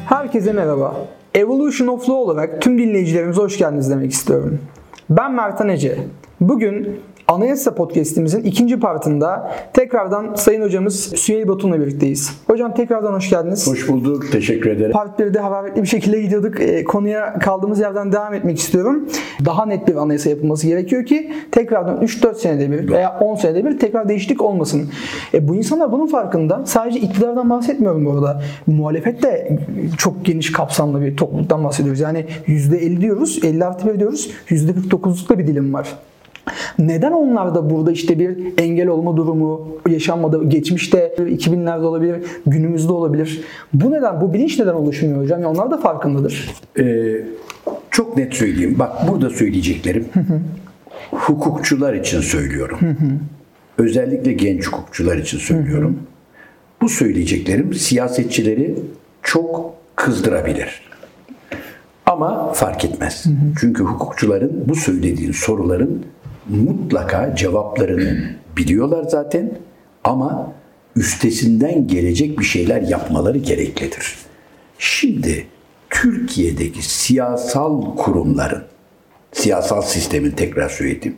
Herkese merhaba. Evolution of Law olarak tüm dinleyicilerimize hoş geldiniz demek istiyorum. Ben Mertan Ece. Bugün Anayasa Podcast'imizin ikinci partında tekrardan Sayın Hocamız Süheyl Batum'la birlikteyiz. Hocam tekrardan hoş geldiniz. Hoş bulduk, teşekkür ederim. Part 1'de hararetli bir şekilde gidiyorduk. Konuya kaldığımız yerden devam etmek istiyorum. Daha net bir anayasa yapılması gerekiyor ki tekrardan 3-4 senede bir veya 10 senede bir tekrar değişiklik olmasın. Bu insanlar bunun farkında. Sadece iktidardan bahsetmiyorum bu arada. Muhalefet de çok geniş kapsamlı bir topluluktan bahsediyoruz. Yani %50 diyoruz, 50+1 diyoruz. %49'luk da bir dilim var. Neden onlar da burada işte bir engel olma durumu yaşanmadı? Geçmişte 2000'lerde olabilir, günümüzde olabilir. Bu neden, bu bilinç neden oluşmuyor hocam? Yani onlar da farkındadır. Çok net söyleyeyim. Bak burada söyleyeceklerim hukukçular için söylüyorum. Özellikle genç hukukçular için söylüyorum. Bu söyleyeceklerim siyasetçileri çok kızdırabilir. Ama fark etmez. Çünkü hukukçuların bu söylediğin soruların mutlaka cevaplarını biliyorlar zaten ama üstesinden gelecek bir şeyler yapmaları gereklidir. Şimdi Türkiye'deki siyasal kurumların, siyasal sistemin tekrar söyleyeyim,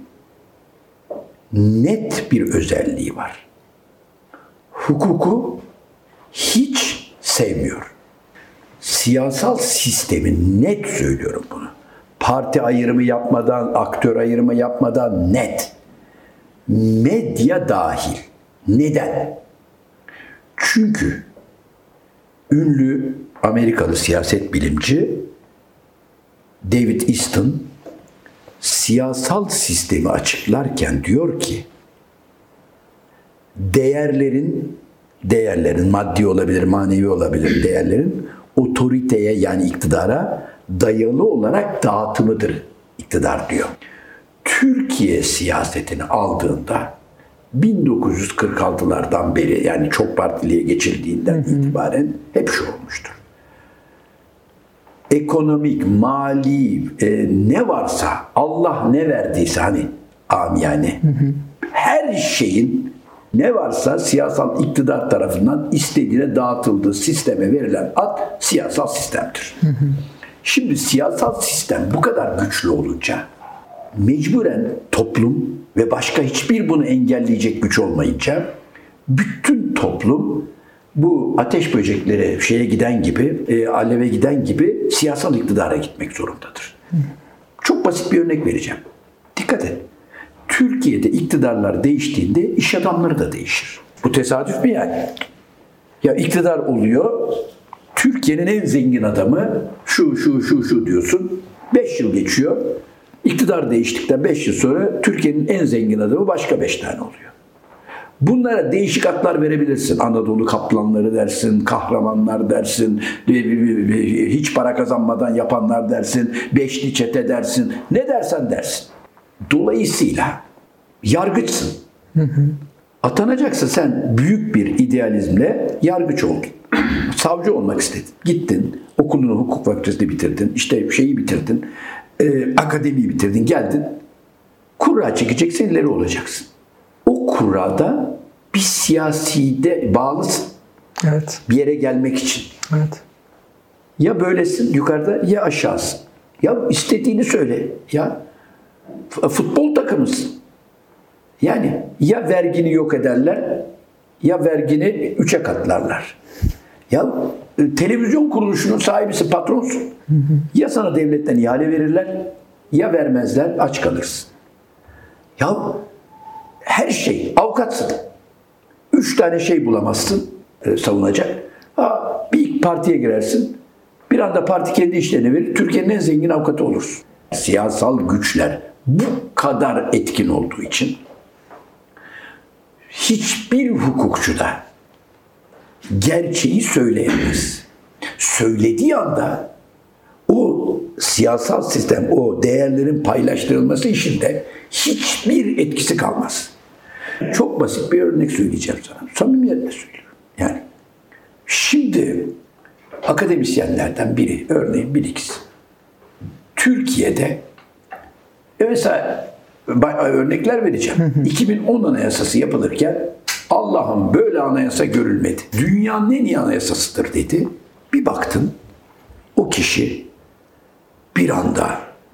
net bir özelliği var. Hukuku hiç sevmiyor. Siyasal sistemin net söylüyorum bunu. Parti ayrımı yapmadan, aktör ayrımı yapmadan net. Medya dahil. Neden? Çünkü ünlü Amerikalı siyaset bilimci David Easton siyasal sistemi açıklarken diyor ki değerlerin maddi olabilir, manevi olabilir değerlerin otoriteye yani iktidara dayalı olarak dağıtımıdır iktidar diyor. Türkiye siyasetini aldığında 1946'lardan beri yani çok partiliye geçildiğinden itibaren hep şu olmuştur. Ekonomik, mali ne varsa Allah ne verdiyse hani amiyane her şeyin ne varsa siyasal iktidar tarafından istediğine dağıtıldığı sisteme verilen ad siyasal sistemdir. Şimdi siyasal sistem bu kadar güçlü olunca mecburen toplum ve başka hiçbir bunu engelleyecek güç olmayınca bütün toplum bu ateş böcekleri şeye giden gibi, aleve giden gibi siyasal iktidara gitmek zorundadır. Çok basit bir örnek vereceğim. Dikkat et. Türkiye'de iktidarlar değiştiğinde iş adamları da değişir. Bu tesadüf mü yani? Ya iktidar oluyor, Türkiye'nin en zengin adamı şu diyorsun. 5 yıl geçiyor. İktidar değiştikten 5 yıl sonra Türkiye'nin en zengin adamı başka 5 tane oluyor. Bunlara değişik adlar verebilirsin. Anadolu kaplanları dersin, kahramanlar dersin, hiç para kazanmadan yapanlar dersin, beşli çete dersin, ne dersen dersin. Dolayısıyla yargıçsın. Atanacaksın sen büyük bir idealizmle yargıç oldun. Savcı olmak istedin. Gittin, okulunu hukuk fakültesini bitirdin, işte şeyi bitirdin, akademiyi bitirdin, geldin. Kura çekeceksin, ileri olacaksın. O kurada bir siyaside bağlısın. Evet. Bir yere gelmek için. Evet. Ya böylesin yukarıda ya aşağısın. Ya istediğini söyle. Ya futbol takımısın. Yani ya vergini yok ederler ya vergini 3'e katlarlar. Ya televizyon kuruluşunun sahibisin, patronsun. Ya sana devletten ihale verirler ya vermezler, aç kalırsın. Ya her şey, avukatsın. 3 tane şey bulamazsın savunacak. Bir partiye girersin. Bir anda parti kendi işlerini verir. Türkiye'nin en zengin avukatı olursun. Siyasal güçler bu kadar etkin olduğu için hiçbir hukukçu da gerçeği söyleyemez. Söylediği anda o siyasal sistem, o değerlerin paylaştırılması işinde hiçbir etkisi kalmaz. Çok basit bir örnek söyleyeceğim sana. Samimiyetle söylüyorum. Yani şimdi akademisyenlerden biri, örneğin bir ikisi. Türkiye'de mesela örnekler vereceğim. 2010 anayasası yapılırken Allah'ım böyle anayasa görülmedi. Dünyanın en iyi anayasasıdır dedi. Bir baktın O kişi bir anda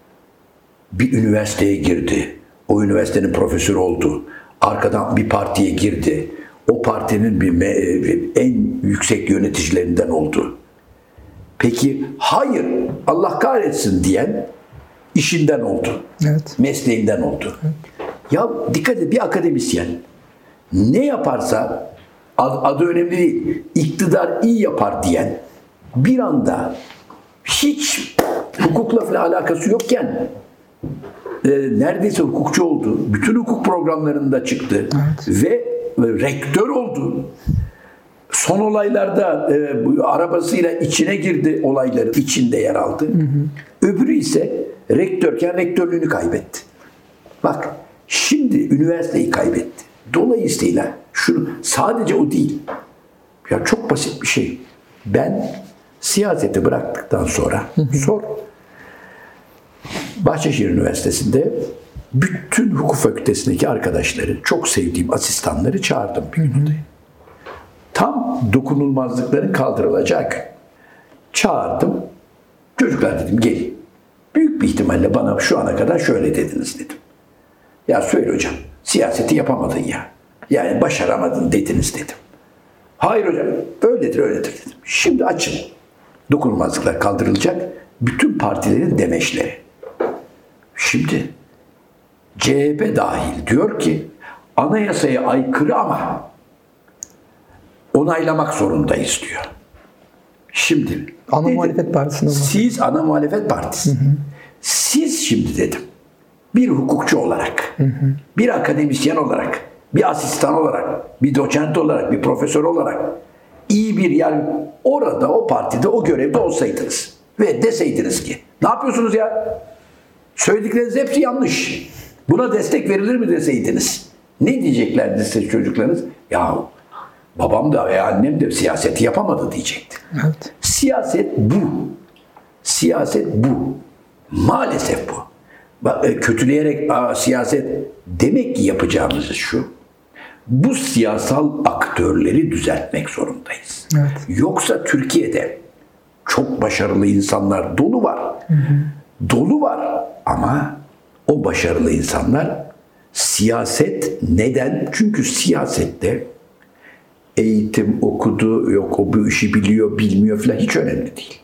bir üniversiteye girdi. O üniversitenin profesörü oldu. Arkadan bir partiye girdi. O partinin en yüksek yöneticilerinden oldu. Peki hayır, Allah kahretsin diyen işinden oldu. Evet. Mesleğinden oldu. Evet. Ya dikkat et, bir akademisyen ne yaparsa adı önemli değil. İktidar iyi yapar diyen bir anda hiç hukukla falan alakası yokken neredeyse hukukçu oldu. Bütün hukuk programlarında çıktı. Evet. Ve rektör oldu. Son olaylarda arabasıyla içine girdi, olayların içinde yer aldı. Hı hı. Öbürü ise rektörken rektörlüğünü kaybetti. Bak, şimdi üniversiteyi kaybetti. Dolayısıyla sadece o değil. Ya çok basit bir şey. Ben siyaseti bıraktıktan sonra sor. Bahçeşehir Üniversitesi'nde bütün hukuk fakültesindeki arkadaşları, çok sevdiğim asistanları çağırdım bir gün odaya. Tam dokunulmazlıkların kaldırılacak. Çağırdım. Çocuklar dedim, gelin. Büyük bir ihtimalle bana şu ana kadar şöyle dediniz dedim. Ya söyle hocam, siyaseti yapamadın ya. Yani başaramadın dediniz dedim. Hayır hocam, öyledir dedim. Şimdi açın. Dokunulmazlıklar kaldırılacak. Bütün partilerin demeçleri. Şimdi CHP dahil diyor ki anayasaya aykırı ama onaylamak zorundayız diyor. Şimdi ana muhalefet partisinde siz ana muhalefet partisi. Hı hı. Siz şimdi dedim bir hukukçu olarak, bir akademisyen olarak, bir asistan olarak, bir doçent olarak, bir profesör olarak iyi bir yer orada, o partide, o görevde olsaydınız ve deseydiniz ki ne yapıyorsunuz ya? Söyledikleriniz hepsi yanlış. Buna destek verilir mi deseydiniz? Ne diyeceklerdi size çocuklarınız? Ya babam da veya annem de siyaseti yapamadı diyecekti. Evet. Siyaset bu. Siyaset bu. Maalesef bu. Kötüleyerek siyaset demek ki yapacağımız şu. Bu siyasal aktörleri düzeltmek zorundayız. Evet. Yoksa Türkiye'de çok başarılı insanlar dolu var. Hı hı. Dolu var ama o başarılı insanlar siyaset neden? Çünkü siyasette eğitim okudu, yok o bu işi biliyor, bilmiyor falan hiç önemli değil.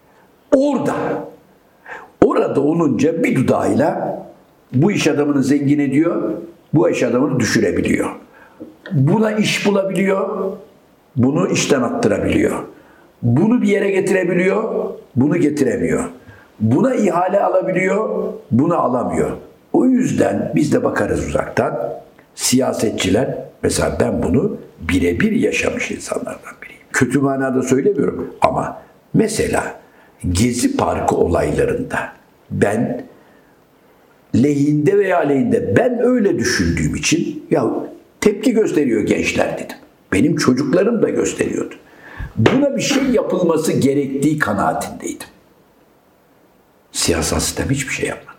Orada olunca bir dudağıyla bu iş adamını zengin ediyor, bu iş adamını düşürebiliyor. Buna iş bulabiliyor, bunu işten attırabiliyor. Bunu bir yere getirebiliyor, bunu getiremiyor. Buna ihale alabiliyor, bunu alamıyor. O yüzden biz de bakarız uzaktan. Siyasetçiler, mesela ben bunu birebir yaşamış insanlardan biriyim. Kötü manada söylemiyorum ama mesela Gezi Parkı olaylarında ben lehinde veya aleyhinde ben öyle düşündüğüm için ya tepki gösteriyor gençler dedim. Benim çocuklarım da gösteriyordu. Buna bir şey yapılması gerektiği kanaatindeydim. Siyasal sistem hiçbir şey yapmadı.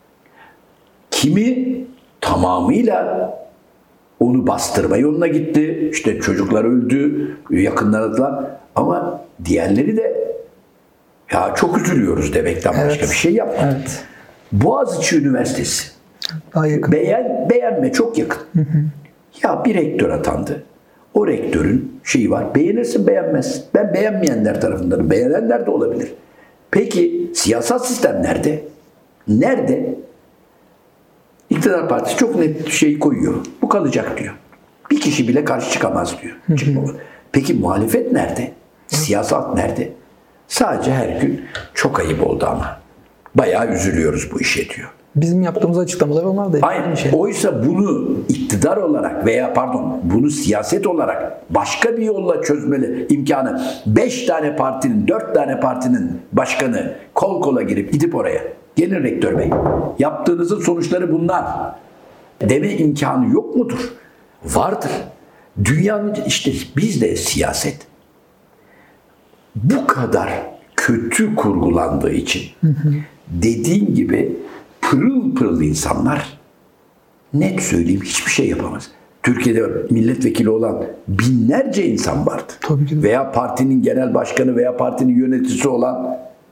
Kimi tamamıyla onu bastırma yoluna gitti. İşte çocuklar öldü, yakınlar adılar. Ama diğerleri de ya çok üzülüyoruz demekten başka bir şey yapmadı. Evet. Boğaziçi Üniversitesi. Beğenme çok yakın. Hı hı. Ya bir rektör atandı. O rektörün şeyi var. Beğenirsin beğenmezsin. Ben beğenmeyenler tarafından, beğenenler de olabilir. Peki siyasal sistem nerede? Nerede? İktidar Partisi çok net şey koyuyor. Bu kalacak diyor. Bir kişi bile karşı çıkamaz diyor. Çıkmamalı. Peki muhalefet nerede? Siyasal nerede? Sadece her gün çok ayıp oldu ama. Bayağı üzülüyoruz bu işe diyor. Bizim yaptığımız açıklamalar onlar da. Aynen. Oysa bunu iktidar olarak bunu siyaset olarak başka bir yolla çözmeli imkanı 5 tane partinin, 4 tane partinin başkanı kol kola girip gidip oraya. Gelin rektör bey, yaptığınızın sonuçları bunlar deme imkanı yok mudur? Vardır. Dünyanın işte bizde siyaset bu kadar kötü kurgulandığı için dediğin gibi pırıl pırıl insanlar net söyleyeyim hiçbir şey yapamaz. Türkiye'de milletvekili olan binlerce insan vardı. Tabii ki. Veya partinin genel başkanı veya partinin yöneticisi olan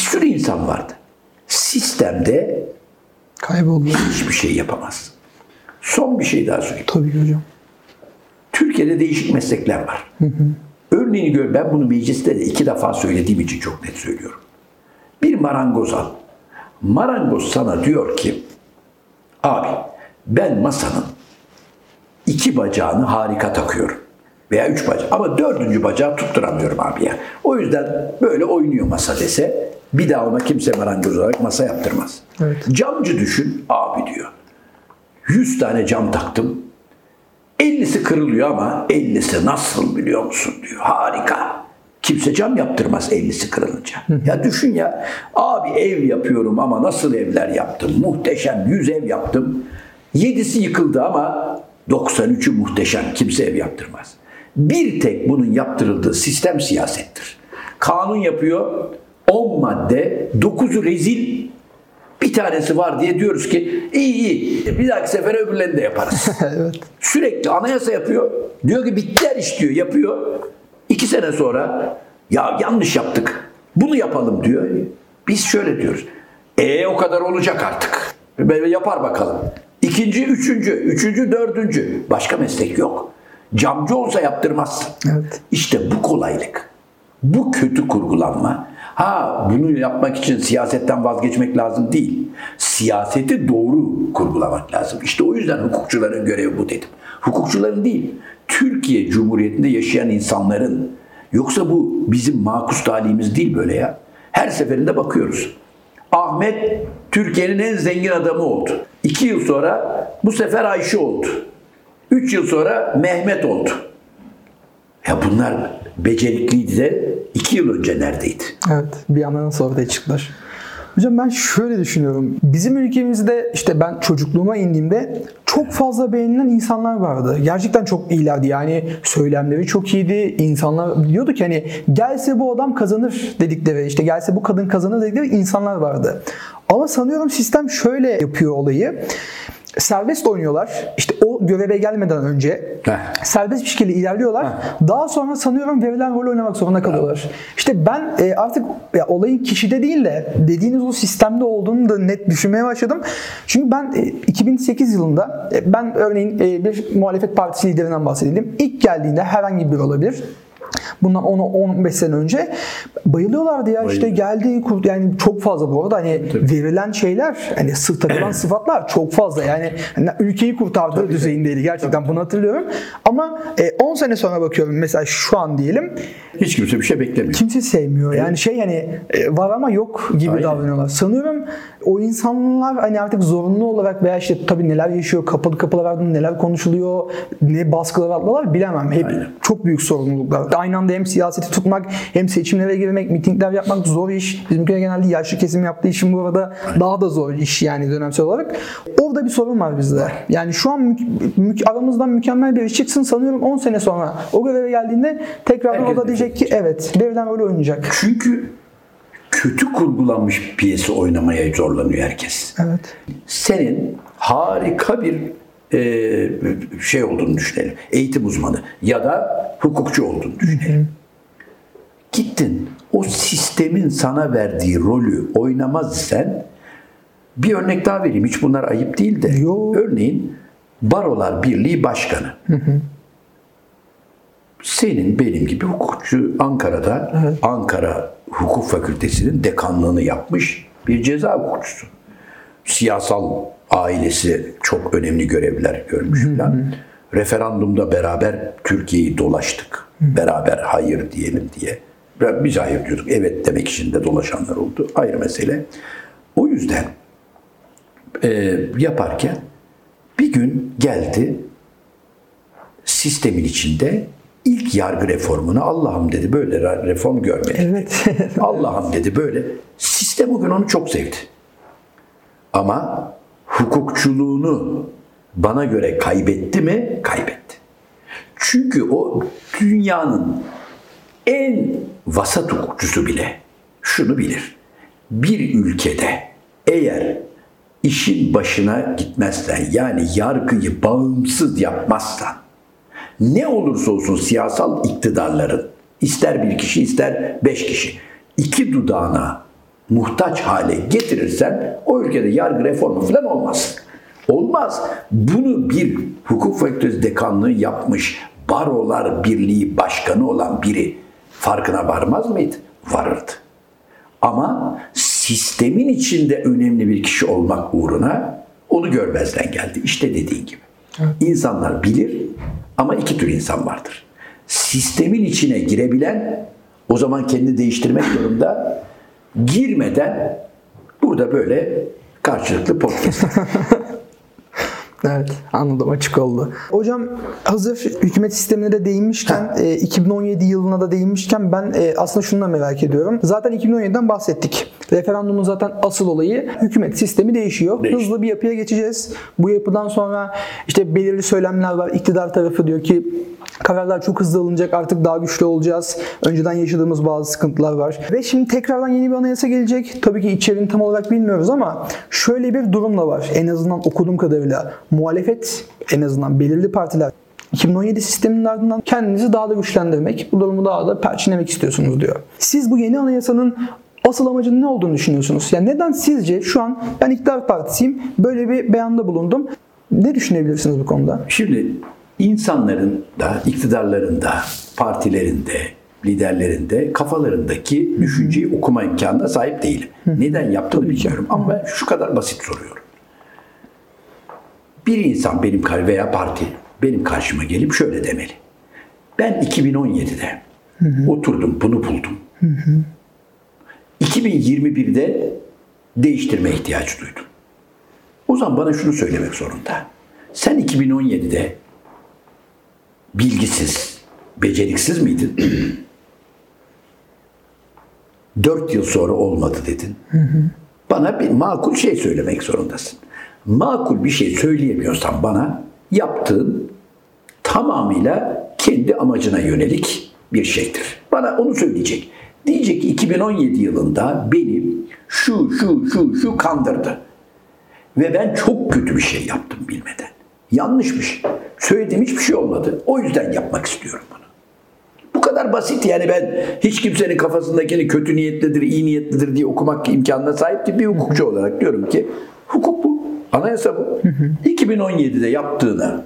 sürü insan vardı. Sistemde Kayboldu. hiçbir şey yapamaz. Son bir şey daha söyleyeyim. Tabii ki hocam. Türkiye'de değişik meslekler var. Örneğini gör, ben bunu mecliste de 2 defa söylediğim için çok net söylüyorum. Bir marangoz al. Marangoz sana diyor ki, abi ben masanın 2 bacağını harika takıyorum. Veya 3 bacağı. Ama 4. bacağı tutturamıyorum abi ya. O yüzden böyle oynuyor masa dese, bir daha ona kimse marangoz olarak masa yaptırmaz. Evet. Camcı düşün, abi diyor. 100 tane cam taktım. 50'si kırılıyor ama 50'si nasıl biliyor musun diyor. Harika. Kimse cam yaptırmaz 50'si kırılınca. Ya düşün ya, abi ev yapıyorum ama nasıl evler yaptım. Muhteşem 100 ev yaptım. 7'si yıkıldı ama 93'ü muhteşem. Kimse ev yaptırmaz. Bir tek bunun yaptırıldığı sistem siyasettir. Kanun yapıyor 10 madde, 9'u rezil. Bir tanesi var diye diyoruz ki iyi bir dahaki sefer öbürlerini de yaparız. Evet. Sürekli anayasa yapıyor. Diyor ki bittiler iş diyor. Yapıyor. 2 sene sonra ya yanlış yaptık. Bunu yapalım diyor. Biz şöyle diyoruz. O kadar olacak artık. Yapar bakalım. 2. 3. 4. Başka meslek yok. Camcı olsa yaptırmaz. Evet. İşte bu kolaylık. Bu kötü kurgulanma. Bunu yapmak için siyasetten vazgeçmek lazım değil. Siyaseti doğru kurgulamak lazım. İşte o yüzden hukukçuların görevi bu dedim. Hukukçuların değil, Türkiye Cumhuriyeti'nde yaşayan insanların. Yoksa bu bizim makus talihimiz değil böyle ya. Her seferinde bakıyoruz. Ahmet Türkiye'nin en zengin adamı oldu. 2 yıl sonra bu sefer Ayşe oldu. 3 yıl sonra Mehmet oldu. Ya bunlar becerikliydi de 2 yıl önce neredeydi? Evet, bir anda nasıl ortaya çıktılar? Hocam ben şöyle düşünüyorum. Bizim ülkemizde işte ben çocukluğuma indiğimde çok fazla beğenilen insanlar vardı. Gerçekten çok iyilerdi. Yani söylemleri çok iyiydi. İnsanlar diyordu ki hani gelse bu adam kazanır dedikleri, işte gelse bu kadın kazanır dedikleri insanlar vardı. Ama sanıyorum sistem şöyle yapıyor olayı. Serbest oynuyorlar. İşte o göreve gelmeden önce serbest bir şekilde ilerliyorlar. Daha sonra sanıyorum verilen rol oynamak zorunda kalıyorlar. İşte ben artık olayın kişide değil de dediğiniz o sistemde olduğunu da net düşünmeye başladım. Çünkü ben 2008 yılında ben örneğin bir muhalefet partisi liderinden bahsedelim. İlk geldiğinde herhangi biri olabilir. Bundan 10-15 sene önce bayılıyorlardı ya. İşte geldi, yani çok fazla bu arada hani verilen şeyler, hani takılan sıfatlar çok fazla, yani ülkeyi kurtardığı düzeyindeydi gerçekten, bunu hatırlıyorum. Ama 10 sene sonra bakıyorum mesela şu an diyelim, hiç kimse bir şey beklemiyor. Kimse sevmiyor. Yani hani var ama yok gibi davranıyorlar. Sanıyorum o insanlar hani artık zorunlu olarak veya işte tabii neler yaşıyor, kapalı kapılar ardında neler konuşuluyor, ne baskılar atmalar bilemem. Hep çok büyük sorumluluklar. Aynı anda hem siyaseti tutmak, hem seçimlere girmek, mitingler yapmak zor iş. Bizim ülkede genelde yaşlı kesim yaptığı için bu arada daha da zor iş yani dönemsel olarak. Orada bir sorun var bizde. Yani şu an aramızdan mükemmel bir iş çıksın, sanıyorum 10 sene sonra o göreve geldiğinde tekrardan o da diyecek ki evet, verilen rolü oynayacak. Çünkü kötü kurgulanmış piyesi oynamaya zorlanıyor herkes. Evet. Senin harika bir şey olduğunu düşünelim. Eğitim uzmanı ya da hukukçu olduğunu düşünelim. Gittin o sistemin sana verdiği rolü oynamaz isen, bir örnek daha vereyim. Hiç bunlar ayıp değil de. Örneğin Barolar Birliği Başkanı. Senin benim gibi hukukçu Ankara'da, Ankara Hukuk Fakültesi'nin dekanlığını yapmış bir ceza hukukçusu. Siyasal ailesi çok önemli görevler görmüş falan. Referandumda beraber Türkiye'yi dolaştık. Beraber hayır diyelim diye. Biz hayır diyorduk. Evet demek için de dolaşanlar oldu. Ayrı mesele. O yüzden yaparken bir gün geldi, sistemin içinde ilk yargı reformunu, Allah'ım dedi böyle reform görmedik. Evet. Allah'ım dedi böyle. Sistem o gün onu çok sevdi. Ama hukukçuluğunu bana göre kaybetti mi? Kaybetti. Çünkü o dünyanın en vasat hukukçusu bile şunu bilir. Bir ülkede eğer işin başına gitmezsen, yani yargıyı bağımsız yapmazsan, ne olursa olsun siyasal iktidarların, ister bir kişi ister 5 kişi, 2 dudağına muhtaç hale getirirsen o ülkede yargı reformu falan olmaz. Olmaz. Bunu bir hukuk fakültesi dekanlığı yapmış Barolar Birliği Başkanı olan biri farkına varmaz mıydı? Varırdı. Ama sistemin içinde önemli bir kişi olmak uğruna onu görmezden geldi. İşte dediğin gibi. Evet. İnsanlar bilir ama iki tür insan vardır. Sistemin içine girebilen o zaman kendini değiştirmek zorunda, girmeden burada böyle karşılıklı podcast. Evet, anladım, açık oldu. Hocam hazır hükümet sistemine de değinmişken, 2017 yılına da değinmişken ben aslında şunu da merak ediyorum. Zaten 2017'den bahsettik. Referandumun zaten asıl olayı hükümet sistemi değişiyor. Hızlı bir yapıya geçeceğiz. Bu yapıdan sonra işte belirli söylemler var. İktidar tarafı diyor ki kararlar çok hızlı alınacak, artık daha güçlü olacağız. Önceden yaşadığımız bazı sıkıntılar var. Ve şimdi tekrardan yeni bir anayasa gelecek. Tabii ki içeriğini tam olarak bilmiyoruz ama şöyle bir durum da var. En azından okuduğum kadarıyla muhalefet, en azından belirli partiler 2017 sisteminin ardından kendinizi daha da güçlendirmek, bu durumu daha da perçinlemek istiyorsunuz diyor. Siz bu yeni anayasanın asıl amacının ne olduğunu düşünüyorsunuz? Yani neden sizce şu an ben iktidar partisiyim, böyle bir beyanda bulundum. Ne düşünebilirsiniz bu konuda? Şimdi insanların da, iktidarların da, partilerin de, liderlerin de kafalarındaki düşünceyi okuma imkanına sahip değilim. Neden yaptığını bilmiyorum ama ben şu kadar basit soruyorum. Bir insan veya parti benim karşıma gelip şöyle demeli. Ben 2017'de oturdum, bunu buldum. 2021'de değiştirme ihtiyacı duydum. O zaman bana şunu söylemek zorunda. Sen 2017'de bilgisiz, beceriksiz miydin? 4 yıl sonra olmadı dedin. Bana bir makul şey söylemek zorundasın. Makul bir şey söyleyemiyorsan bana yaptığın tamamıyla kendi amacına yönelik bir şeydir. Bana onu söyleyecek. Diyecek ki 2017 yılında beni şu kandırdı. Ve ben çok kötü bir şey yaptım bilmeden. Yanlışmış. Söylediğim hiçbir şey olmadı. O yüzden yapmak istiyorum bunu. Bu kadar basit yani, ben hiç kimsenin kafasındakini kötü niyetlidir, iyi niyetlidir diye okumak imkanına sahip değil. Bir hukukçu olarak diyorum ki hukuk bu. Anayasa bu. 2017'de yaptığını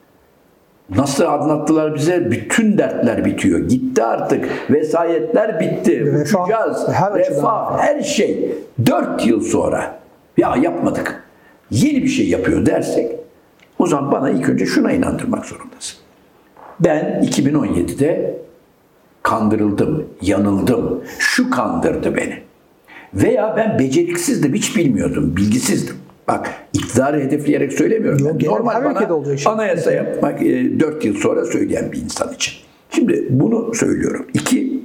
nasıl anlattılar bize? Bütün dertler bitiyor. Gitti artık. Vesayetler bitti. Uçacağız. Refah, her şey. 4 yıl sonra ya yapmadık, yeni bir şey yapıyor dersek o zaman bana ilk önce şuna inandırmak zorundasın. Ben 2017'de kandırıldım, yanıldım. Şu kandırdı beni. Veya ben beceriksizdim, hiç bilmiyordum, bilgisizdim. Bak, iktidarı hedefleyerek söylemiyorum. Yok, normal bana anayasa yapmak 4 yıl sonra söyleyen bir insan için. Şimdi bunu söylüyorum. 2,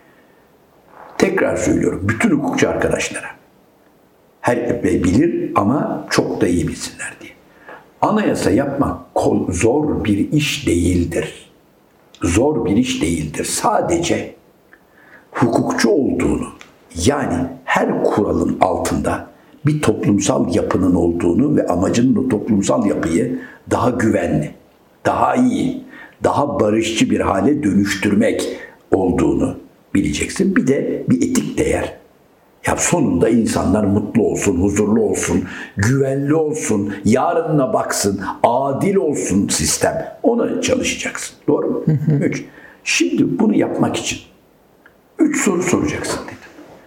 tekrar söylüyorum bütün hukukçu arkadaşlara. Her bilir ama çok da iyi bilsinler diye. Anayasa yapmak zor bir iş değildir. Zor bir iş değildir. Sadece hukukçu olduğunu, yani her kuralın altında bir toplumsal yapının olduğunu ve amacının o toplumsal yapıyı daha güvenli, daha iyi, daha barışçı bir hale dönüştürmek olduğunu bileceksin. Bir de bir etik değer. Ya sonunda insanlar mutlu olsun, huzurlu olsun, güvenli olsun, yarınına baksın, adil olsun sistem. Ona çalışacaksın. Doğru mu? 3. Şimdi bunu yapmak için 3 soru soracaksın dedim.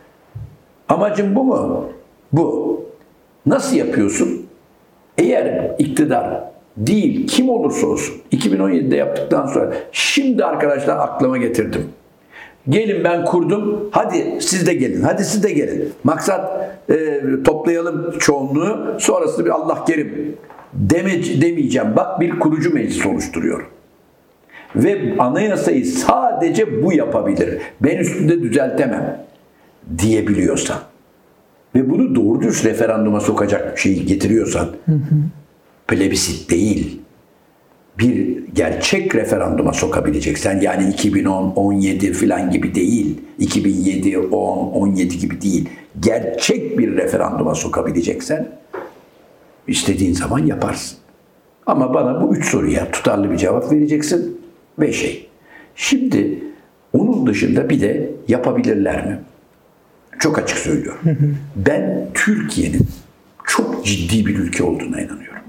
Amacın bu mu? Bu. Nasıl yapıyorsun? Eğer iktidar değil, kim olursa olsun 2017'de yaptıktan sonra şimdi arkadaşlar aklıma getirdim. Gelin ben kurdum, hadi siz de gelin, hadi siz de gelin. Maksat toplayalım çoğunluğu, sonrasında bir Allah kerim demeyeceğim. Bak, bir kurucu meclis oluşturuyorum. Ve anayasayı sadece bu yapabilir. Ben üstünde düzeltemem diyebiliyorsan ve bunu doğru düz referanduma sokacak şeyi getiriyorsan, plebisit değil, bir gerçek referanduma sokabileceksen, yani 2010, 17 falan gibi değil, 2007, 10, 17 gibi değil, gerçek bir referanduma sokabileceksen istediğin zaman yaparsın. Ama bana bu 3 soruya tutarlı bir cevap vereceksin ve Şimdi onun dışında bir de yapabilirler mi? Çok açık söylüyorum. Ben Türkiye'nin çok ciddi bir ülke olduğuna inanıyorum.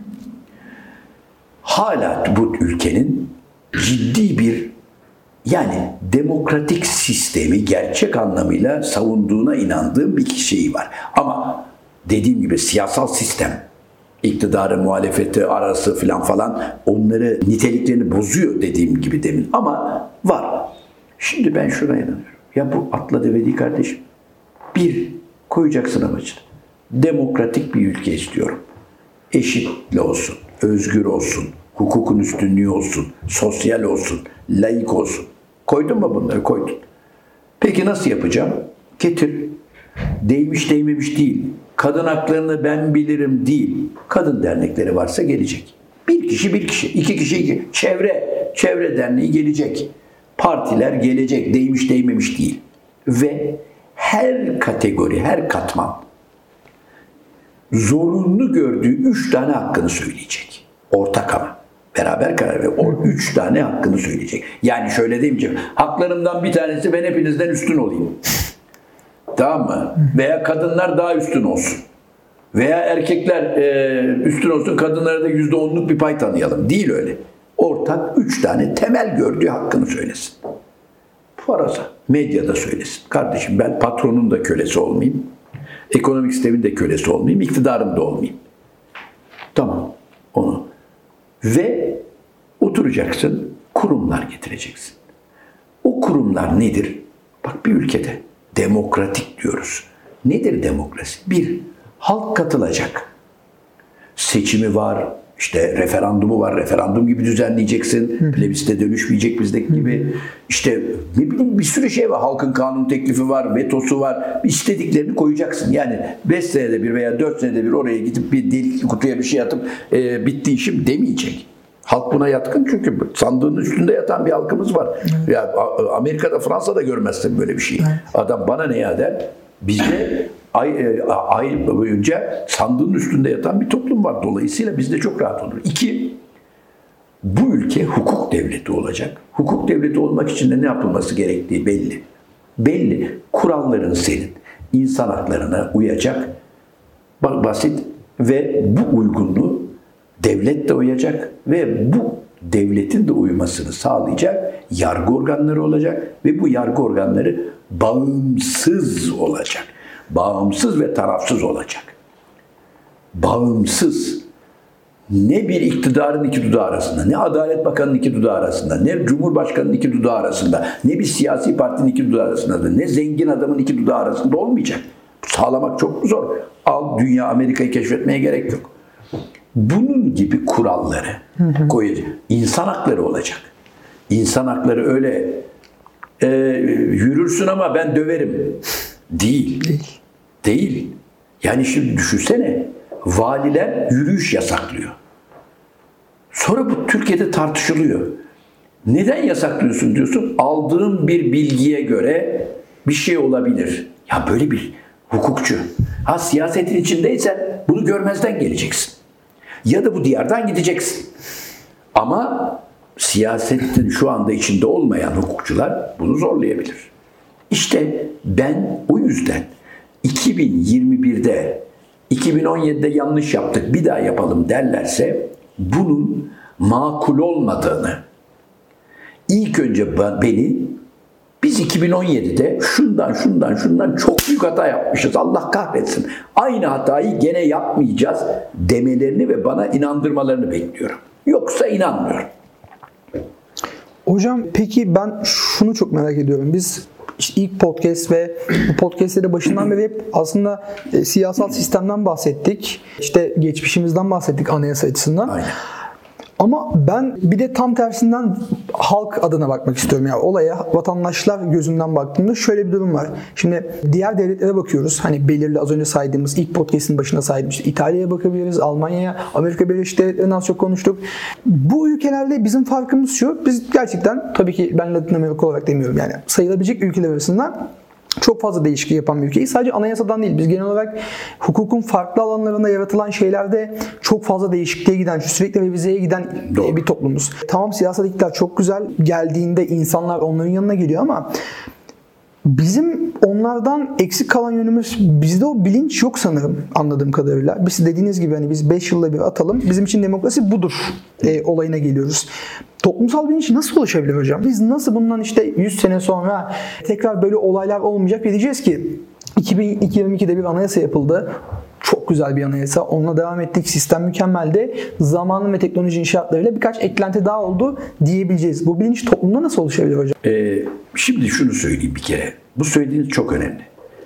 Hala bu ülkenin ciddi bir, yani demokratik sistemi gerçek anlamıyla savunduğuna inandığım bir şeyi var. Ama dediğim gibi siyasal sistem, iktidarı, muhalefeti arası falan onları, niteliklerini bozuyor dediğim gibi demin. Ama var. Şimdi ben şuna inanıyorum. Ya bu atla deve değil kardeşim. Bir, koyacaksın amacını. Demokratik bir ülke istiyorum. Eşitli olsun, özgür olsun, hukukun üstünlüğü olsun, sosyal olsun, laik olsun. Koydun mu bunları? Koydun. Peki nasıl yapacağım? Getir. Değmiş değmemiş değil. Kadın haklarını ben bilirim değil. Kadın dernekleri varsa gelecek. Bir kişi, iki kişi. Çevre derneği gelecek. Partiler gelecek. Değmiş değmemiş değil. Ve her kategori, her katman zorunlu gördüğü 3 tane hakkını söyleyecek. Ortak ama. Beraber karar ver. O 3 tane hakkını söyleyecek. Yani şöyle demeyeceğim. Haklarımdan bir tanesi ben hepinizden üstün olayım. Tamam mı? Veya kadınlar daha üstün olsun. Veya erkekler üstün olsun, kadınlara da %10'luk bir pay tanıyalım. Değil öyle. Ortak 3 tane temel gördüğü hakkını söylesin. Varasa medyada söylesin. Kardeşim ben patronun da kölesi olmayayım. Ekonomik sistemin de kölesi olmayayım. İktidarım da olmayayım. Tamam. Onu. Ve oturacaksın, kurumlar getireceksin. O kurumlar nedir? Bak bir ülkede demokratik diyoruz. Nedir demokrasi? Bir, halk katılacak. Seçimi var, işte referandumu var. Referandum gibi düzenleyeceksin. Plebisite dönüşmeyecek bizdeki gibi. İşte ne bileyim bir sürü şey var. Halkın kanun teklifi var, vetosu var. İstediklerini koyacaksın. Yani 5 senede bir veya 4 senede bir oraya gidip bir delikli kutuya bir şey atıp bitti işim demeyecek. Halk buna yatkın çünkü sandığın üstünde yatan bir halkımız var. Ya Amerika'da, Fransa'da görmezsin böyle bir şey. Adam bana ne ya der. Bizde ay boyunca sandığın üstünde yatan bir toplum var. Dolayısıyla bizde çok rahat olur. 2, bu ülke hukuk devleti olacak. Hukuk devleti olmak için de ne yapılması gerektiği belli. Belli. Kuralların senin. İnsan haklarına uyacak. Basit ve bu uygunluğu devlet de uyacak ve bu devletin de uymasını sağlayacak yargı organları olacak ve bu yargı organları bağımsız olacak. Bağımsız ve tarafsız olacak. Bağımsız. Ne bir iktidarın iki dudağı arasında, ne Adalet Bakanı'nın iki dudağı arasında, ne Cumhurbaşkanı'nın iki dudağı arasında, ne bir siyasi partinin iki dudağı arasında, ne zengin adamın iki dudağı arasında olmayacak. Sağlamak çok zor. Al dünya Amerika'yı keşfetmeye gerek yok. Bunun gibi kuralları koyacak. İnsan hakları olacak. İnsan hakları öyle yürürsün ama ben döverim. Değil. Yani şimdi düşünsene, valiler yürüyüş yasaklıyor. Sonra bu Türkiye'de tartışılıyor. Neden yasaklıyorsun diyorsun? Aldığım bir bilgiye göre bir şey olabilir. Ya böyle bir hukukçu. Ha siyasetin içindeysen bunu görmezden geleceksin. Ya da bu diyardan gideceksin. Ama siyasetin şu anda içinde olmayan hukukçular bunu zorlayabilir. İşte ben o yüzden 2021'de, 2017'de yanlış yaptık, bir daha yapalım derlerse bunun makul olmadığını, ilk önce biz 2017'de şundan çok büyük hata yapmışız. Allah kahretsin. Aynı hatayı gene yapmayacağız demelerini ve bana inandırmalarını bekliyorum. Yoksa inanmıyorum. Hocam peki ben şunu çok merak ediyorum. Biz işte ilk podcast ve bu podcast'lere başından beri hep aslında siyasal sistemden bahsettik. İşte geçmişimizden bahsettik anayasa açısından. Aynen. Ama ben bir de tam tersinden halk adına bakmak istiyorum. Yani olaya vatandaşlar gözünden baktığımda şöyle bir durum var. Şimdi diğer devletlere bakıyoruz. Hani belirli az önce saydığımız ilk podcast'in başında saydığımız işte İtalya'ya bakabiliriz, Almanya'ya, Amerika Birleşik Devletleri'nden az çok konuştuk. Bu ülkelerde bizim farkımız şu. Biz gerçekten tabii ki ben Latin Amerika olarak demiyorum yani sayılabilecek ülkeler arasında çok fazla değişiklik yapan bir ülkeyiz. Sadece anayasadan değil. Biz genel olarak hukukun farklı alanlarında yaratılan şeylerde çok fazla değişikliğe giden, sürekli revizeye giden bir toplumuz. Tamam siyasal iktidar çok güzel geldiğinde insanlar onların yanına geliyor ama Bizim onlardan eksik kalan yönümüz, bizde o bilinç yok sanırım anladığım kadarıyla. Biz dediğiniz gibi hani biz 5 yılda bir atalım, bizim için demokrasi budur olayına geliyoruz. Toplumsal bilinç nasıl oluşabilir hocam? Biz nasıl bundan işte 100 sene sonra tekrar böyle olaylar olmayacak ve diyeceğiz ki 2022'de bir anayasa yapıldı. Çok güzel bir anayasa. Onunla devam ettik. Sistem mükemmeldi. Zamanın ve teknoloji inşaatlarıyla birkaç eklenti daha oldu diyebileceğiz. Bu bilinç toplumda nasıl oluşabilir hocam? Şimdi şunu söyleyeyim bir kere. Bu söylediğiniz çok önemli.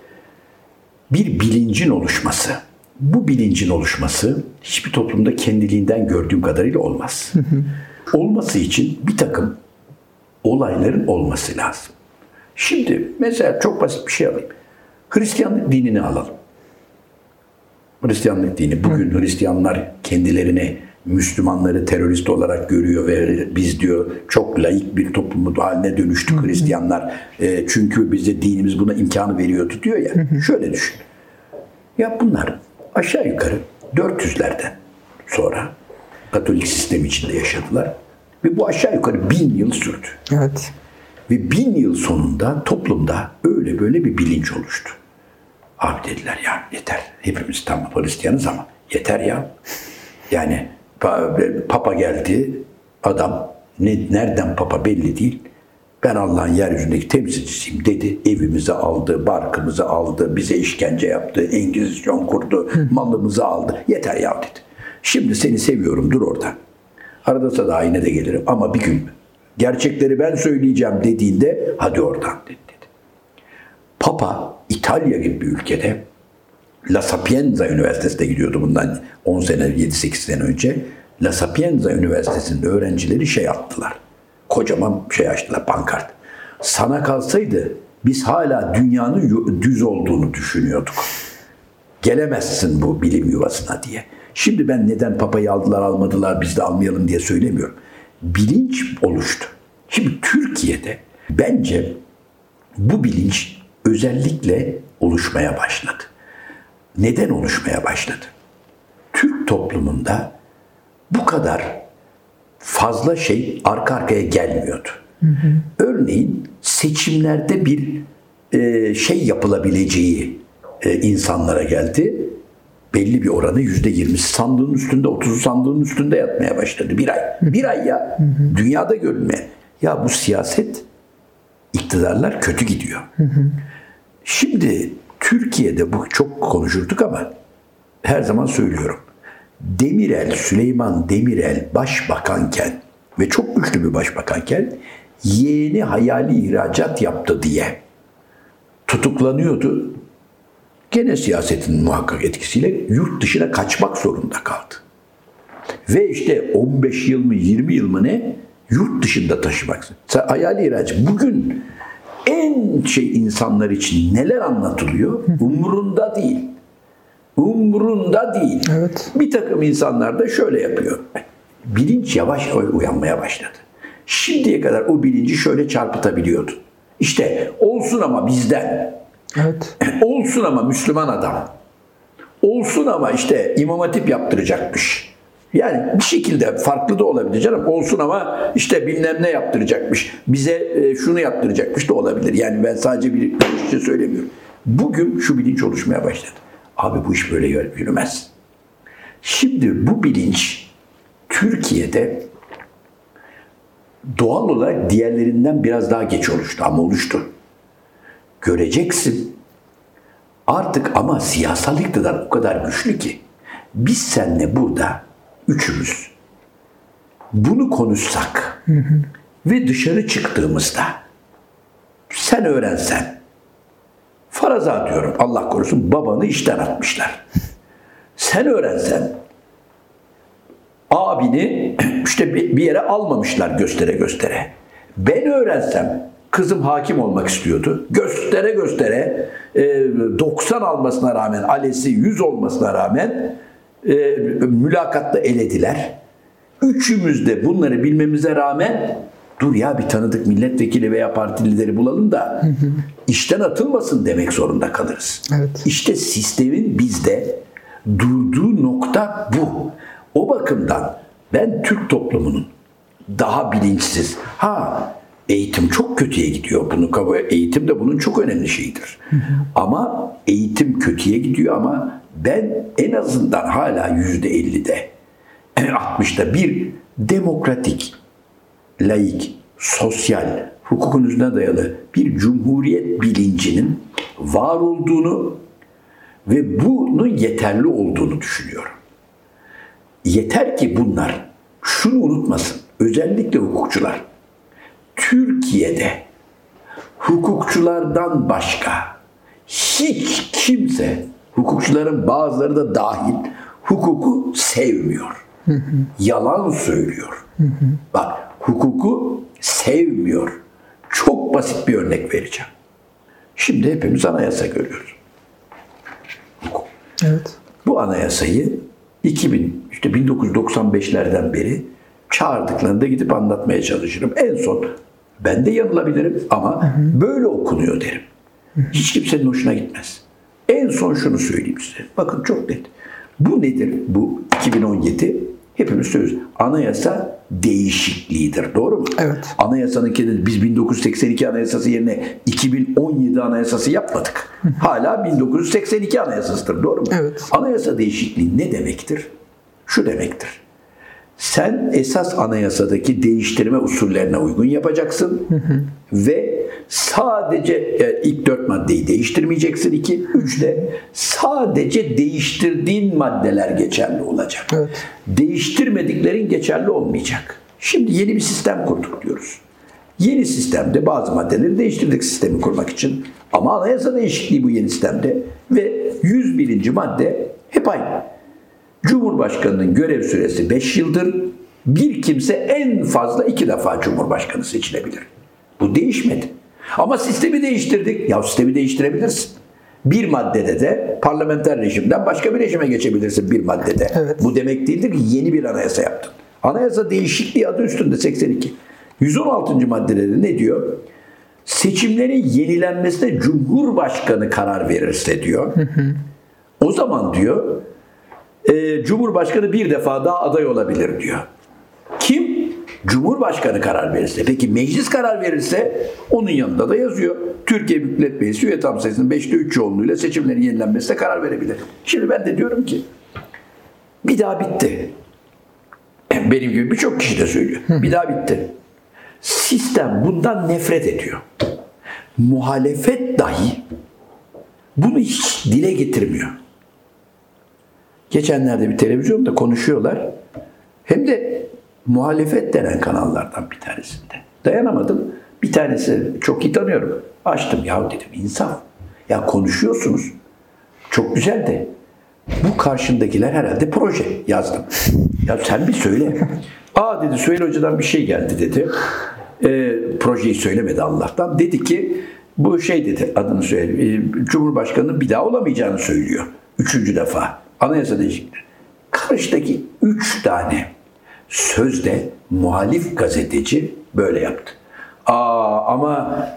Bir bilincin oluşması. Bu bilincin oluşması hiçbir toplumda kendiliğinden gördüğüm kadarıyla olmaz. Olması için bir takım olayların olması lazım. Şimdi mesela çok basit bir şey alayım. Hristiyanlık dinini alalım. Hristiyanlık dini. Bugün Hristiyanlar kendilerini, Müslümanları terörist olarak görüyor ve biz diyor çok laik bir toplum haline dönüştük Hristiyanlar. Çünkü bize dinimiz buna imkanı veriyordu diyor ya. Şöyle düşün. Ya bunlar aşağı yukarı 400'lerden sonra Katolik sistem içinde yaşadılar. Ve bu aşağı yukarı 1000 yıl sürdü. Evet. Ve 1000 yıl sonunda toplumda öyle böyle bir bilinç oluştu. Abi dediler ya yeter. Hepimiz tam Hristiyanız ama yeter ya. Yani Papa geldi. Adam nereden Papa belli değil. Ben Allah'ın yeryüzündeki temsilcisiyim dedi. Evimizi aldı, barkımızı aldı, bize işkence yaptı, Engizisyon kurdu, malımızı aldı. Yeter ya dedi. Şimdi seni seviyorum, dur orada. Arada da yine de gelirim ama bir gün gerçekleri ben söyleyeceğim dediğinde hadi oradan dedi. Papa İtalya gibi bir ülkede La Sapienza Üniversitesi'ne gidiyordu bundan 10 sene, 7-8 sene önce. La Sapienza Üniversitesi'nde öğrencileri şey attılar. Kocaman şey açtılar, pankart. Sana kalsaydı biz hala dünyanın düz olduğunu düşünüyorduk. Gelemezsin bu bilim yuvasına diye. Şimdi ben neden Papa'yı aldılar almadılar biz de almayalım diye söylemiyorum. Bilinç oluştu. Şimdi Türkiye'de bence bu bilinç özellikle oluşmaya başladı. Neden oluşmaya başladı? Türk toplumunda bu kadar fazla şey arka arkaya gelmiyordu. Örneğin seçimlerde bir şey yapılabileceği insanlara geldi. Belli bir oranı %20'si sandığın üstünde, 30'u sandığın üstünde yatmaya başladı. Bir ay. Bir ay ya. Dünyada görünmeye. Ya bu siyaset, iktidarlar kötü gidiyor. Şimdi Türkiye'de bu çok konuşurduk ama her zaman söylüyorum. Süleyman Demirel başbakanken ve çok güçlü bir başbakanken yeğeni hayali ihracat yaptı diye tutuklanıyordu. Gene siyasetin muhakkak etkisiyle yurt dışına kaçmak zorunda kaldı. Ve işte 15 yıl mı 20 yıl mı ne yurt dışında taşımak. Hayali ihracat. Bugün en insanlar için neler anlatılıyor? Umurunda değil. Umurunda değil. Evet. Bir takım insanlar da şöyle yapıyor. Bilinç yavaş uyanmaya başladı. Şimdiye kadar o bilinci şöyle çarpıtabiliyordu. İşte olsun ama bizden. Evet. Olsun ama Müslüman adam. Olsun ama işte İmam Hatip yaptıracakmış. Yani bir şekilde farklı da olabilir canım. Olsun ama işte bilmem ne yaptıracakmış. Bize şunu yaptıracakmış da olabilir. Yani ben sadece bir şey söylemiyorum. Bugün şu bilinç oluşmaya başladı. Abi bu iş böyle yürümez. Şimdi bu bilinç Türkiye'de doğal olarak diğerlerinden biraz daha geç oluştu ama oluştu. Göreceksin. Artık ama siyasal iktidar o kadar güçlü ki biz seninle burada üçümüz bunu konuşsak ve dışarı çıktığımızda sen öğrensen faraza diyorum Allah korusun babanı işten atmışlar. Sen öğrensen abini işte bir yere almamışlar göstere göstere. Ben öğrensem kızım hakim olmak istiyordu. Göstere göstere 90 almasına rağmen ALES'i 100 olmasına rağmen mülakatta elediler. Üçümüz de bunları bilmemize rağmen dur ya bir tanıdık milletvekili veya parti lideri bulalım da işten atılmasın demek zorunda kalırız. Evet. İşte sistemin bizde durduğu nokta bu. O bakımdan ben Türk toplumunun daha bilinçsiz, Eğitim çok kötüye gidiyor. Eğitim de bunun çok önemli şeyidir. Ama eğitim kötüye gidiyor ama ben en azından hala %50'de, 60'da bir demokratik, laik, sosyal, hukukun üzerine dayalı bir cumhuriyet bilincinin var olduğunu ve bunun yeterli olduğunu düşünüyorum. Yeter ki bunlar şunu unutmasın, özellikle hukukçular. Türkiye'de hukukçulardan başka hiç kimse, hukukçuların bazıları da dahil, hukuku sevmiyor. Yalan söylüyor. Bak, hukuku sevmiyor. Çok basit bir örnek vereceğim. Şimdi hepimiz anayasa görüyoruz. Hukuk. Evet. Bu anayasayı 1995'lerden beri çağırdıklarında gidip anlatmaya çalışırım. En son ben de yanılabilirim ama böyle okunuyor derim. Hiç kimsenin hoşuna gitmez. En son şunu söyleyeyim size. Bakın çok net. Bu nedir? Bu 2017 hepimiz söylüyoruz. Anayasa değişikliğidir. Doğru mu? Evet. Anayasanın kendisi, biz 1982 anayasası yerine 2017 anayasası yapmadık. Hala 1982 anayasasıdır. Doğru mu? Evet. Anayasa değişikliği ne demektir? Şu demektir. Sen esas anayasadaki değiştirme usullerine uygun yapacaksın ve sadece ilk 4 maddeyi değiştirmeyeceksin. 2, 3 de sadece değiştirdiğin maddeler geçerli olacak. Evet. Değiştirmediklerin geçerli olmayacak. Şimdi yeni bir sistem kurduk diyoruz. Yeni sistemde bazı maddeleri değiştirdik sistemi kurmak için. Ama anayasa değişikliği bu yeni sistemde ve 101. madde hep aynı. Cumhurbaşkanının görev süresi 5 yıldır. Bir kimse en fazla 2 defa Cumhurbaşkanı seçilebilir. Bu değişmedi. Ama sistemi değiştirdik. Ya sistemi değiştirebilirsin. Bir maddede de parlamenter rejimden başka bir rejime geçebilirsin bir maddede. Evet. Bu demek değildir ki yeni bir anayasa yaptın. Anayasa değişikliği adı üstünde 82. 116. maddede de ne diyor? Seçimlerin yenilenmesine Cumhurbaşkanı karar verirse diyor. O zaman diyor Cumhurbaşkanı bir defa daha aday olabilir diyor. Kim? Cumhurbaşkanı karar verirse. Peki meclis karar verirse onun yanında da yazıyor. Türkiye Büyük Millet Meclisi üye tam sayısının 5'te 3 çoğunluğuyla seçimlerin yenilenmesine karar verebilir. Şimdi ben de diyorum ki bir daha bitti. Benim gibi birçok kişi de söylüyor. Bir daha bitti. Sistem bundan nefret ediyor. Muhalefet dahi bunu hiç dile getirmiyor. Geçenlerde bir televizyonda konuşuyorlar. Hem de muhalefet denen kanallardan bir tanesinde. Dayanamadım. Bir tanesi çok iyi tanıyorum. Açtım, ya dedim insaf. Ya konuşuyorsunuz. Çok güzel de bu karşındakiler herhalde proje yazdım. Ya sen bir söyle. Aa dedi Süheyl Hoca'dan bir şey geldi dedi. Projeyi söylemedi Allah'tan. Dedi ki bu şey dedi, adını söyle. Cumhurbaşkanı'nın bir daha olamayacağını söylüyor. 3. defa. Anayasa değişikliği. Karşıdaki 3 tane sözde muhalif gazeteci böyle yaptı. Ama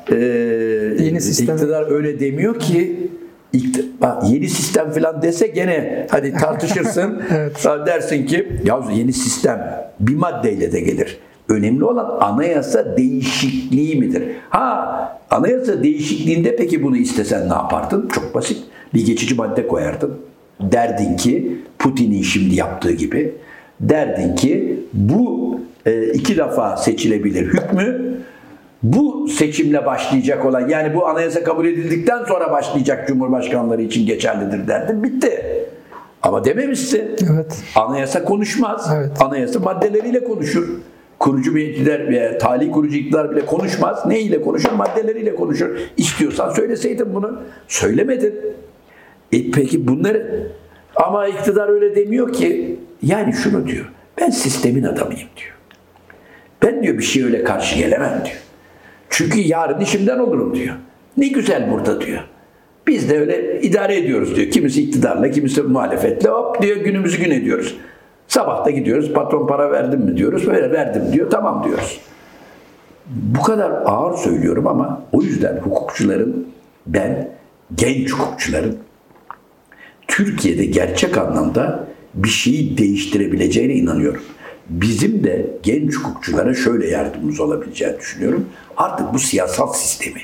iktidar öyle demiyor ki. Yeni sistem falan dese gene hadi tartışırsın. Evet. Dersin ki ya yeni sistem bir maddeyle de gelir. Önemli olan anayasa değişikliği midir? Anayasa değişikliğinde peki bunu istesen ne yapardın? Çok basit. Bir geçici madde koyardın. Derdin ki Putin'in şimdi yaptığı gibi derdin ki bu 2 defa seçilebilir hükmü bu seçimle başlayacak olan, yani bu anayasa kabul edildikten sonra başlayacak cumhurbaşkanları için geçerlidir derdin. Bitti. Ama dememişsin. Evet. Anayasa konuşmaz. Evet. Anayasa maddeleriyle konuşur. Kurucu bir iktidar veya tali kurucu iktidar bile konuşmaz. Ne ile konuşur? Maddeleriyle konuşur. İstiyorsan söyleseydin bunu. Söylemedin. Peki bunları, ama iktidar öyle demiyor ki. Yani şunu diyor. Ben sistemin adamıyım diyor. Ben diyor bir şey öyle karşı gelemem diyor. Çünkü yarın işimden olurum diyor. Ne güzel burada diyor. Biz de öyle idare ediyoruz diyor. Kimisi iktidarla, kimisi muhalefetle, hop diyor günümüzü gün ediyoruz. Sabah da gidiyoruz, patron para verdin mi diyoruz, böyle verdim diyor, tamam diyoruz. Bu kadar ağır söylüyorum ama o yüzden hukukçuların, ben genç hukukçuların Türkiye'de gerçek anlamda bir şeyi değiştirebileceğine inanıyorum. bizim de genç hukukçulara şöyle yardımımız olabileceğini düşünüyorum. Artık bu siyasal sistemi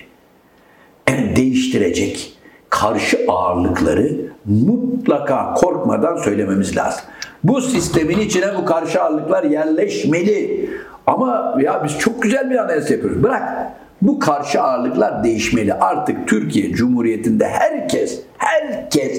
değiştirecek karşı ağırlıkları mutlaka korkmadan söylememiz lazım. Bu sistemin içine bu karşı ağırlıklar yerleşmeli. Ama ya biz çok güzel bir anayasa yapıyoruz. Bırak. Bu karşı ağırlıklar değişmeli. Artık Türkiye Cumhuriyeti'nde herkes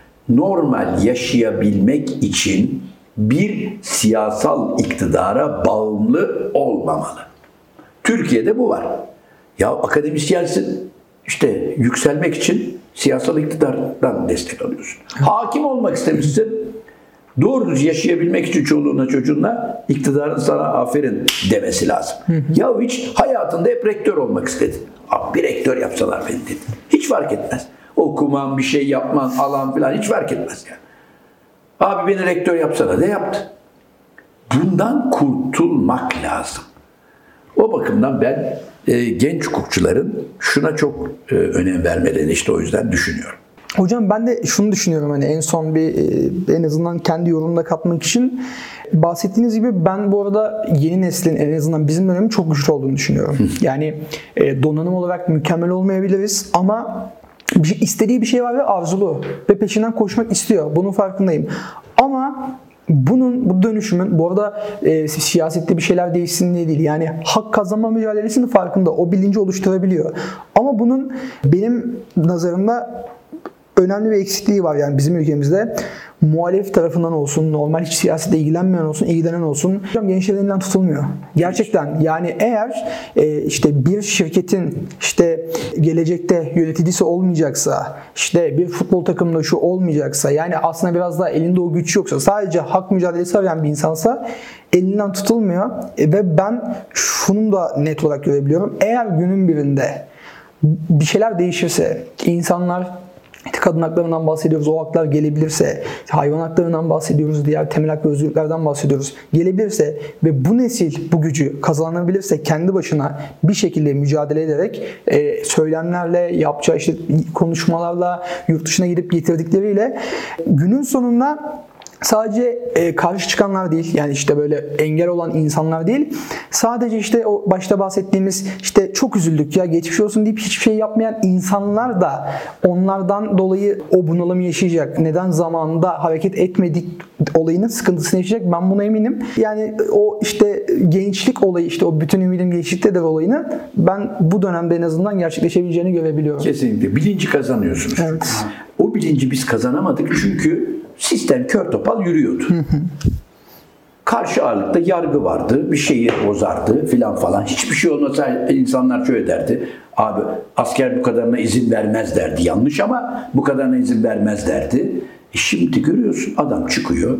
normal yaşayabilmek için bir siyasal iktidara bağımlı olmamalı. Türkiye'de bu var. Ya akademisyensin, işte yükselmek için siyasal iktidardan destek alıyorsun. Hakim olmak istemişsin, doğru düz yaşayabilmek için çoluğuna çocuğuna iktidarın sana aferin demesi lazım. Ya hiç hayatında hep rektör olmak istedin. Abi bir rektör yapsalar beni dedin. Hiç fark etmez. Okuman, bir şey yapman, alan filan hiç fark etmez yani. Abi beni rektör yapsana de yaptı. Bundan kurtulmak lazım. O bakımdan ben genç hukukçuların şuna çok önem vermelerini işte o yüzden düşünüyorum. Hocam ben de şunu düşünüyorum, hani en son bir en azından kendi yorumuna katmak için bahsettiğiniz gibi ben bu arada yeni neslin en azından bizim dönemin çok güçlü olduğunu düşünüyorum. Yani donanım olarak mükemmel olmayabiliriz ama istediği bir şey var ve arzulu ve peşinden koşmak istiyor. Bunun farkındayım. Ama bu dönüşümün bu arada siyasette bir şeyler değişsin diye değil. Yani hak kazanma mücadelesinin farkında. O bilinci oluşturabiliyor. Ama bunun benim nazarımda önemli bir eksikliği var yani bizim ülkemizde. Muhalef tarafından olsun, normal hiç siyasetle ilgilenmeyen olsun, ilgilenen olsun. Gençlerin elinden tutulmuyor. Gerçekten yani eğer işte bir şirketin işte gelecekte yöneticisi olmayacaksa, işte bir futbol takımında şu olmayacaksa, yani aslında biraz daha elinde o güç yoksa, sadece hak mücadelesi arayan bir insansa elinden tutulmuyor. Ve ben şunu da net olarak görebiliyorum. Eğer günün birinde bir şeyler değişirse, insanlar kadın haklarından bahsediyoruz, o haklar gelebilirse, hayvan haklarından bahsediyoruz, diğer temel hak ve özgürlüklerden bahsediyoruz. Gelebilirse ve bu nesil bu gücü kazanabilirse kendi başına bir şekilde mücadele ederek söylemlerle, yapacağı işte konuşmalarla, yurt dışına gidip getirdikleriyle günün sonunda sadece karşı çıkanlar değil, yani işte böyle engel olan insanlar değil, sadece işte o başta bahsettiğimiz işte çok üzüldük ya geçmiş olsun deyip hiçbir şey yapmayan insanlar da onlardan dolayı o bunalımı yaşayacak. Neden zamanında hareket etmedik olayının sıkıntısını yaşayacak, ben buna eminim. Yani o işte gençlik olayı, işte o bütün ümidim gençliktedir olayını ben bu dönemde en azından gerçekleşebileceğini görebiliyorum. Kesinlikle. Bilinci kazanıyorsunuz. Evet. O bilinci biz kazanamadık çünkü sistem kör topal yürüyordu. Karşı ağırlıkta yargı vardı, bir şeyi bozardı filan falan. Hiçbir şey olmasa insanlar şöyle derdi. Abi asker bu kadarına izin vermez derdi. Yanlış ama bu kadarına izin vermez derdi. Şimdi görüyorsun adam çıkıyor.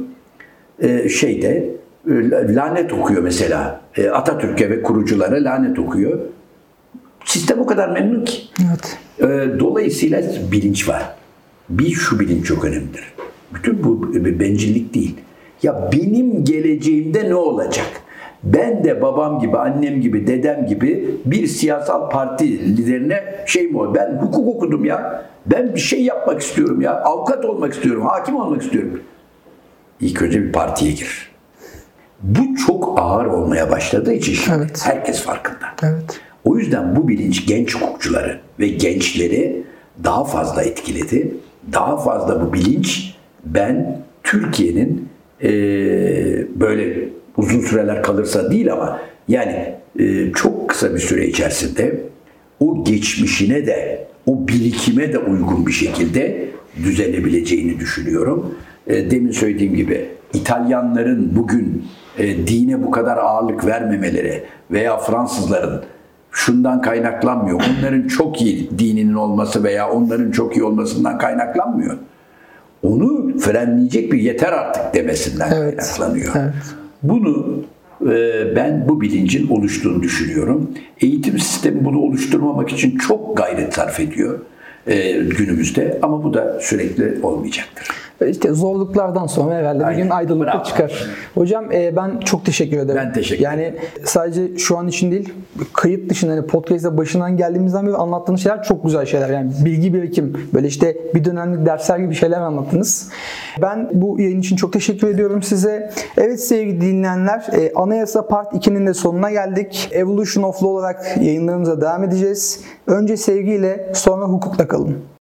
Lanet okuyor mesela. Atatürk'e ve kuruculara lanet okuyor. Sistem o kadar memnun ki. Evet. Dolayısıyla bilinç var. Şu bilinç çok önemlidir. Bütün bu bencillik değil. Ya benim geleceğimde ne olacak? Ben de babam gibi, annem gibi, dedem gibi bir siyasal parti liderine ben hukuk okudum ya. Ben bir şey yapmak istiyorum ya. Avukat olmak istiyorum, hakim olmak istiyorum. İlk önce bir partiye gir. Bu çok ağır olmaya başladığı için şimdi evet. Herkes farkında. Evet. O yüzden bu bilinç genç hukukçuları ve gençleri daha fazla etkiledi. Daha fazla bu bilinç Türkiye'nin böyle uzun süreler kalırsa değil ama yani çok kısa bir süre içerisinde o geçmişine de o birikime de uygun bir şekilde düzelebileceğini düşünüyorum. Demin söylediğim gibi İtalyanların bugün dine bu kadar ağırlık vermemeleri veya Fransızların şundan kaynaklanmıyor. Onların çok iyi dininin olması veya onların çok iyi olmasından kaynaklanmıyor. Onu frenleyecek bir yeter artık demesinden kaynaklanıyor. Evet. Bunu ben bu bilincin oluştuğunu düşünüyorum. Eğitim sistemi bunu oluşturmamak için çok gayret sarf ediyor günümüzde ama bu da sürekli olmayacaktır. İşte zorluklardan sonra herhalde bir gün aydınlıkta Bravo. çıkar. Hocam ben çok teşekkür ederim. Ben teşekkür ederim. Yani sadece şu an için değil, kayıt dışında hani podcast'ta başından geldiğimizden beri anlattığınız şeyler çok güzel şeyler. Yani bilgi birikim, böyle işte bir dönemlik dersler gibi şeyler anlattınız. Ben bu yayın için çok teşekkür ediyorum size. Evet sevgili dinleyenler, Anayasa Part 2'nin de sonuna geldik. Evolution of Law olarak yayınlarımıza devam edeceğiz. Önce sevgiyle, sonra hukukla kalın.